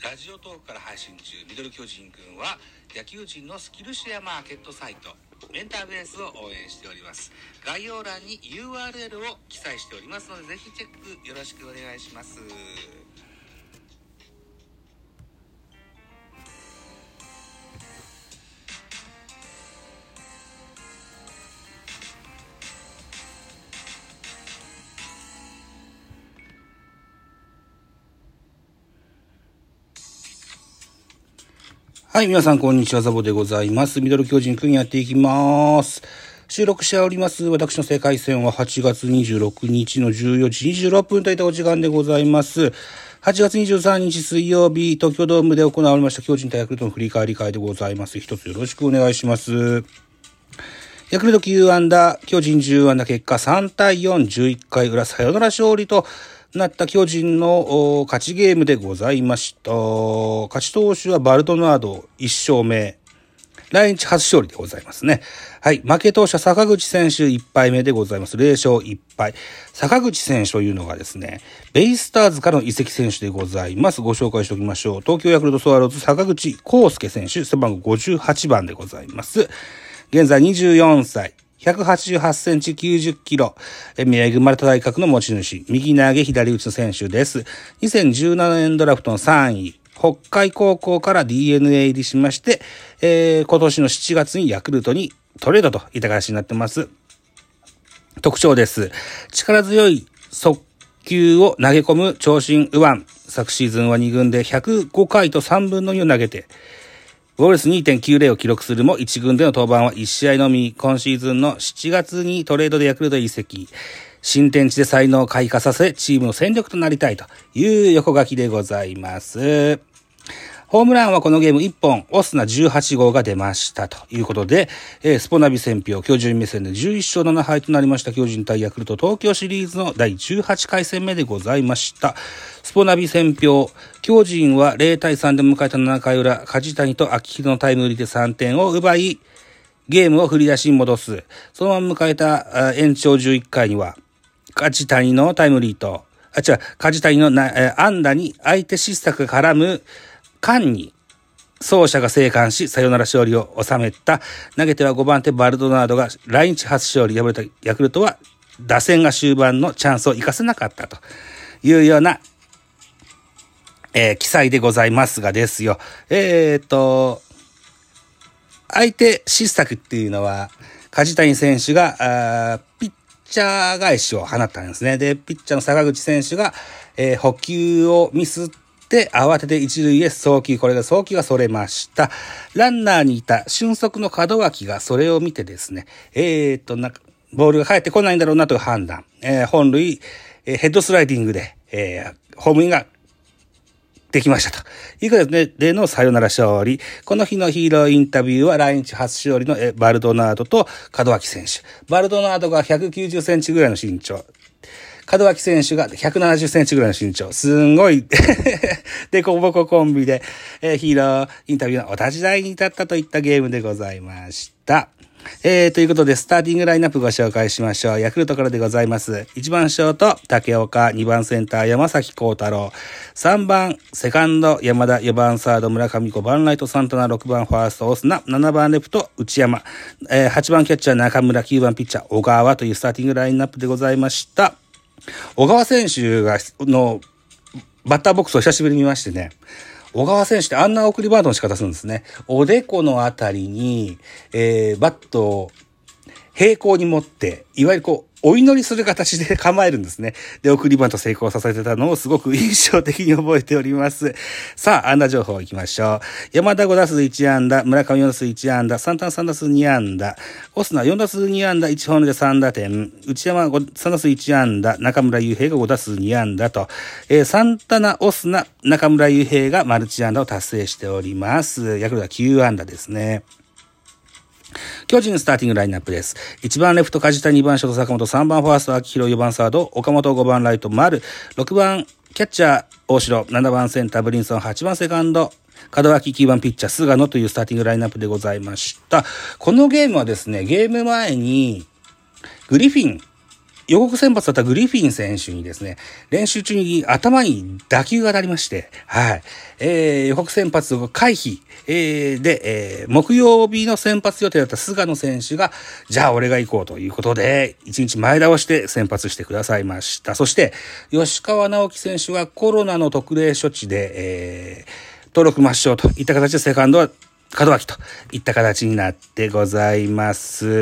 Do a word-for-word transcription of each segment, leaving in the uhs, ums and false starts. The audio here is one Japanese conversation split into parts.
ラジオトークから配信中。ミドル巨人くんは野球人のスキルシェアマーケットサイトメンターベースを応援しております。概要欄に ユーアールエル を記載しておりますので、ぜひチェックよろしくお願いします。はい、皆さんこんにちは、ザボでございます。ミドル巨人くんやっていきます。収録しております。私の世界戦ははちがつにじゅうろくにちのじゅうよじにじゅうろっぷんといったお時間でございます。はちがつにじゅうさんにち水曜日、東京ドームで行われました巨人対ヤクルトの振り返り会でございます。一つよろしくお願いします。ヤクルトきゅうあんだ、巨人じゅうあんだ、結果さんたいよん、じゅういっかい裏サヨナラ勝利となった巨人の勝ちゲームでございました。勝ち投手はバルドナードいっしょうめ。来日初勝利でございますね。はい。負け投手は坂口選手いっぱいめでございます。ぜろしょういっぱい。坂口選手というのがですね、ベイスターズからの移籍選手でございます。ご紹介しておきましょう。東京ヤクルトスワローズ坂口康介選手、背番号ごじゅうはちばんでございます。現在にじゅうよんさい。ひゃくはちじゅうはちセンチきゅうじゅっキロ。宮城丸太大角の持ち主。右投げ左打ちの選手です。にせんじゅうななねんドラフトのさんい。北海高校から ディーエヌエー 入りしまして、えー、今年のしちがつにヤクルトにトレードといった形になってます。特徴です。力強い速球を投げ込む長身右腕。昨シーズンはにぐんでひゃくごかいとさんぶんのにを投げて、防御率 にてんきゅうぜろ を記録するもいちぐんでの登板はいち試合のみ。今シーズンのしちがつにトレードでヤクルトへ移籍。新天地で才能を開花させ、チームの戦力となりたいという横書きでございます。ホームランはこのゲームいっぽん、オスナじゅうはちごうが出ましたということで、えー、スポナビ選評、巨人目線でじゅういっしょうななはいとなりました巨人対ヤクルト東京シリーズのだいじゅうはちかい戦目でございました。スポナビ選評、巨人はぜろたいさんで迎えたななかい裏、梶谷と秋広のタイムリーでさんてんを奪い、ゲームを振り出しに戻す。そのまま迎えた延長じゅういっかいには、梶谷のタイムリーと、あ、違う、梶谷のな、えー、安打に相手失策が絡む間に走者が生還し、サヨナラ勝利を収めた。投げてはごばんてバルドナードが来日初勝利。敗れたヤクルトは打線が終盤のチャンスを生かせなかったというような、えー、記載でございますがですよ。えーと、相手失策っていうのは、梶谷選手が、あピッチャー返しを放ったんですね。で、ピッチャーの坂口選手が、えー、捕球をミスって、で、慌てて一塁へ送球。これが送球がそれました。ランナーにいた俊足の門脇がそれを見てですね、えーと、なんか、ボールが返ってこないんだろうなという判断。えー、本塁、えー、ヘッドスライディングで、えー、ホームインができましたということで、ね、でのサヨナラ勝利。この日のヒーローインタビューは来日初勝利のえバルドナードと門脇選手。バルドナードがひゃくきゅうじゅっセンチぐらいの身長。門脇選手がひゃくななじゅっセンチぐらいの身長。すんごい、でこぼこコンビで、えー、ヒーローインタビューのお立ち台に立ったといったゲームでございました。えー、ということで、スターティングラインナップご紹介しましょう。ヤクルトからでございます。いちばんショート、竹岡。にばんセンター、山崎幸太郎。さんばん、セカンド、山田。よばんサード、村上。ごばんライト、サンタナ。ろくばんファースト、オスナ。ななばんレフト、内山。えー、はちばんキャッチャー、中村。きゅうばんピッチャー、小川というスターティングラインナップでございました。小川選手が、の、バッターボックスを久しぶりに見ましてね。小川選手ってあんな送りバントの仕方するんですね。おでこのあたりに、えー、バットを平行に持って、いわゆるこう、お祈りする形で構えるんですね。で、送りバント成功させてたのをすごく印象的に覚えております。さあ、安打情報いきましょう。山田ごだすういちあんだ、村上よんだすういちあんだ、サンタナさんだすうにあんだ、オスナよんだすうにあんだ、いちほんでさんだてん、内山さんだすういちあんだ、中村悠平がごだすうにあんだと、えー、サンタナ、オスナ、中村悠平がマルチ安打を達成しております。ヤクルトはきゅうあんだですね。巨人スターティングラインナップです。いちばんレフト梶谷、にばんショート坂本、さんばんファースト秋広、よばんサード岡本、ごばんライト丸、ろくばんキャッチャー大城、ななばんセンターブリンソン、はちばんセカンド門脇、きゅうばんピッチャー菅野というスターティングラインナップでございました。このゲームはですね、ゲーム前にグリフィン予告先発だったグリフィン選手にですね、練習中に頭に打球が当たりまして、はい。えー、予告先発を回避、えー、で、えー、木曜日の先発予定だった菅野選手が、じゃあ俺が行こうということで、一日前倒して先発してくださいました。そして、吉川直樹選手はコロナの特例処置で、えー、登録抹消といった形でセカンドは門脇といった形になってございます。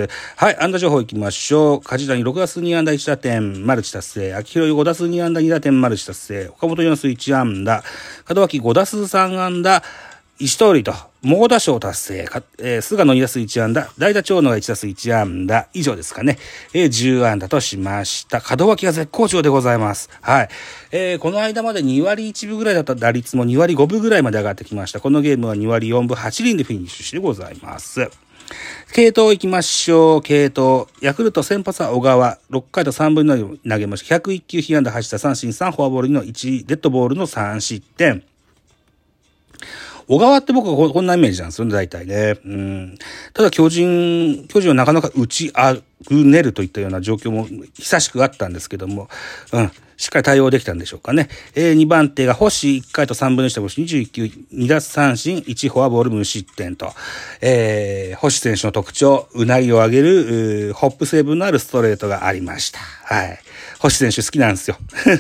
はい、安打情報いきましょう。梶谷ろく打数に安打いち打点、マルチ達成。秋広ご打数に安打に打点、マルチ達成。岡本よん打数いち安打。門脇ご打数さん安打、いち盗塁と、猛打賞達成。えー、菅野に打数いち安打。代打長野がいち打数いち安打。以上ですかね。えー、じゅう安打としました。門脇が絶好調でございます。はい。えー、この間までに割いち分ぐらいだった打率もに割ご分ぐらいまで上がってきました。このゲームはに割よん分はち厘でフィニッシュしてございます。系統いきましょう。系統。ヤクルト先発は小川。ろっかいとさんぶんの投げました。ひゃくいっ球、被安打はち打三振さん、フォアボールのいち、デッドボールのさん失点。小川って僕はこんなイメージなんですよね、大体ね。うん。ただ巨人、巨人はなかなか打ちあぐねるといったような状況も久しくあったんですけども、うん。しっかり対応できたんでしょうかね。えー、にばん手が星いっかいとさんぶんのいちで星にじゅういっ球、に奪三振、いちフォアボール無失点と、えー、星選手の特徴、うなりを上げる、ホップ成分のあるストレートがありました。はい。星選手好きなんですよ。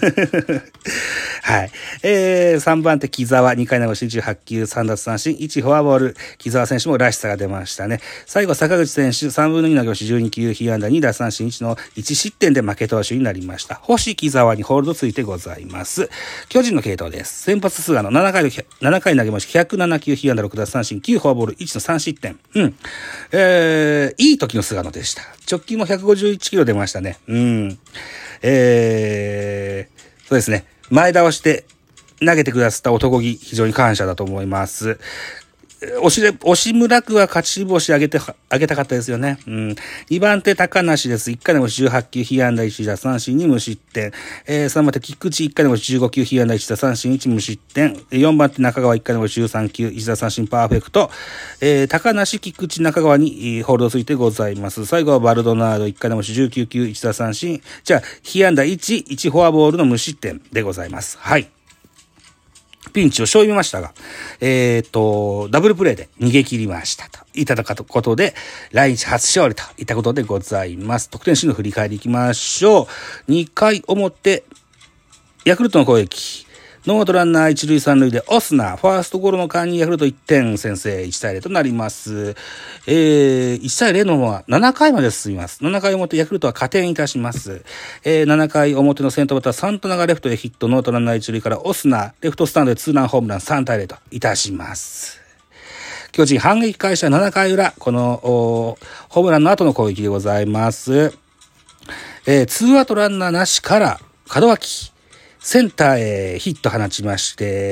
はい。えー、さんばん手、木澤、にかい投げ星にじゅうはち球、さん奪三振、いちフォアボール。木澤選手もらしさが出ましたね。最後、坂口選手、さんぶんのに投げ星じゅうに球、被安打に奪三振いちのいち失点で負け投手になりました。星木澤にホールドついてございます。巨人の系統です。先発菅野、ななかい、ななかい投げ星、ひゃくなな球、被安打ろく奪三振、きゅうフォアボール、いちのさん失点。うん。えー、いい時の菅野でした。直球もひゃくごじゅういちキロ出ましたね。うん。えー、そうですね。前倒して投げてくださった男気、非常に感謝だと思います。押しれ、押し村区は勝ち星上げて、上げたかったですよね。うん。にばん手高梨です。いっかいでもじゅうはち球、被安打いち打三振に無失点。えー、さんばん手菊池いっかいでもじゅうご球、被安打いち打三振いち無失点。よんばん手中川いっかいでもじゅうさん球、いち打三振パーフェクト。えー、高梨、菊池、中川に、えー、ホールドついてございます。最後はバルドナードいっかいでもじゅうきゅう球、いち打三振。じゃあ、被安打いち、いちフォアボールの無失点でございます。はい。ピンチを背負いましたが、えっと、ダブルプレーで逃げ切りましたといただくことで、来日初勝利といったことでございます。得点シーンの振り返りいきましょう。にかい表、ヤクルトの攻撃。ノーアウトランナー一塁三塁でオスナ、ファーストゴロの間にヤクルトいってん先制、いち対ゼロとなります。えー、いち対ゼロのままななかいまで進みます。ななかい表、ヤクルトは加点いたします。えー、ななかい表の先頭バッター、サンタナがレフトへヒット、ノーアウトランナー一塁からオスナ、レフトスタンドでツーランホームランさん対ゼロといたします。巨人反撃開始はななかい裏、このホームランの後の攻撃でございます。えー、ツーアウトランナーなしから門脇、センターへヒット放ちまして、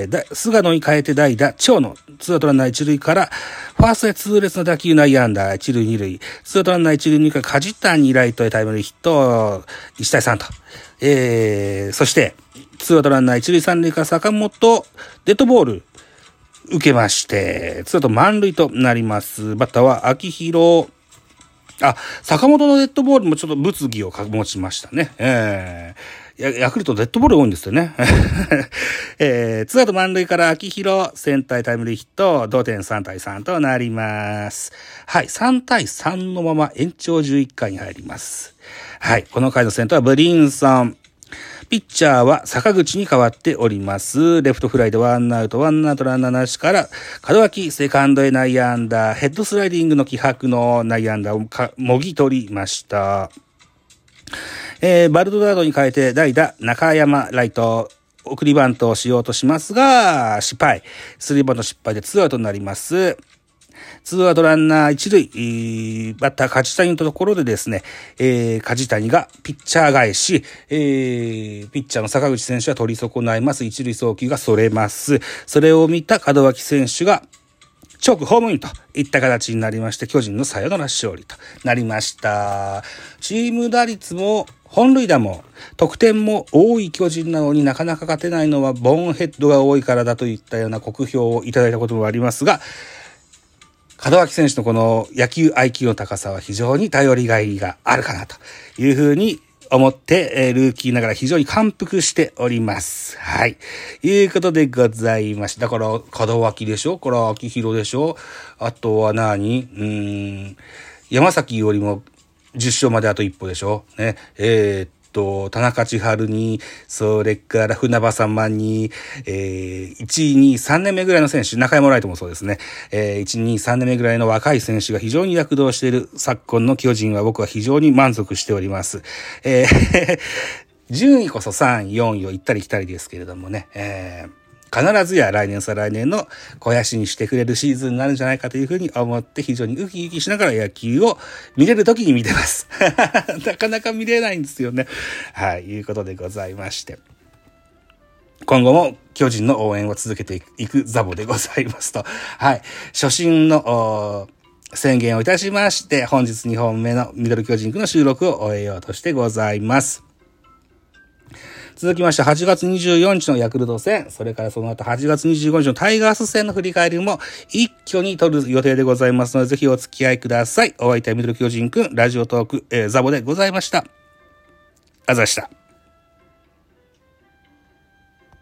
菅野に変えて代打、長野、ツーアウトランナー一塁から、ファーストへ痛烈な打球内野安打、一塁二塁、ツーアウトランナー一塁二塁から梶谷ライトへタイムリーヒット、いち対さんと。えー、そして、ツーアウトランナー一塁三塁から坂本、デッドボール、受けまして、ツーアウト満塁となります。バッターは秋広、あ、坂本のデッドボールもちょっと物議を醸しましたね。えーヤクルトデッドボール多いんですよね。えー、ツーアウト満塁から秋広、センタータイムリーヒット、同点さん対さんとなります。はい、さん対さんのまま延長じゅういっかいに入ります。はい、この回の先頭はブリンソン。ピッチャーは坂口に変わっております。レフトフライでワンアウト、ワンアウトランナーなしから、門脇セカンドへ内野安打、ヘッドスライディングの気迫の内野安打をもぎ取りました。えー、バルドナードに変えて代打中山ライト送りバントをしようとしますが失敗、スリーバント失敗でツーアウトになります。ツーアウトランナー一塁、えー、バッター梶谷のところでですね、えー、梶谷がピッチャー返し、えー、ピッチャーの坂口選手は取り損ないます。一塁送球がそれます。それを見た門脇選手が直ホームインといった形になりまして、巨人のサヨナラ勝利となりました。チーム打率も本塁打も得点も多い巨人なのになかなか勝てないのはボーンヘッドが多いからだといったような酷評をいただいたこともありますが、門脇選手のこの野球 アイキュー の高さは非常に頼りがいがあるかなというふうに思って、えー、ルーキーながら非常に感服しております。はい。いうことでございました。だから、門脇でしょ、これは秋広でしょ、あとは何うーん、山崎よりもじゅっ勝まであと一歩でしょね。えー、っと、田中千春に、それから船場様に、えー、いち、に、さんねんめぐらいの選手、中山ライトもそうですね。えー、いち、に、さんねんめぐらいの若い選手が非常に躍動している昨今の巨人は僕は非常に満足しております。えー、順位こそさんい、よんいを行ったり来たりですけれどもね、えー必ずや来年再来年の肥やしにしてくれるシーズンになるんじゃないかというふうに思って非常にウキウキしながら野球を見れるときに見てます。なかなか見れないんですよね。はい、いうことでございまして。今後も巨人の応援を続けていくザボでございますと。はい、初心の宣言をいたしまして、本日にほんめのミドル巨人区の収録を終えようとしてございます。続きまして、はちがつにじゅうよっかのヤクルト戦、それからその後はちがつにじゅうごにちのタイガース戦の振り返りも一挙に撮る予定でございますので、ぜひお付き合いください。お相手はミドル巨人くん、ラジオトーク、えー、ザボでございました。あざした。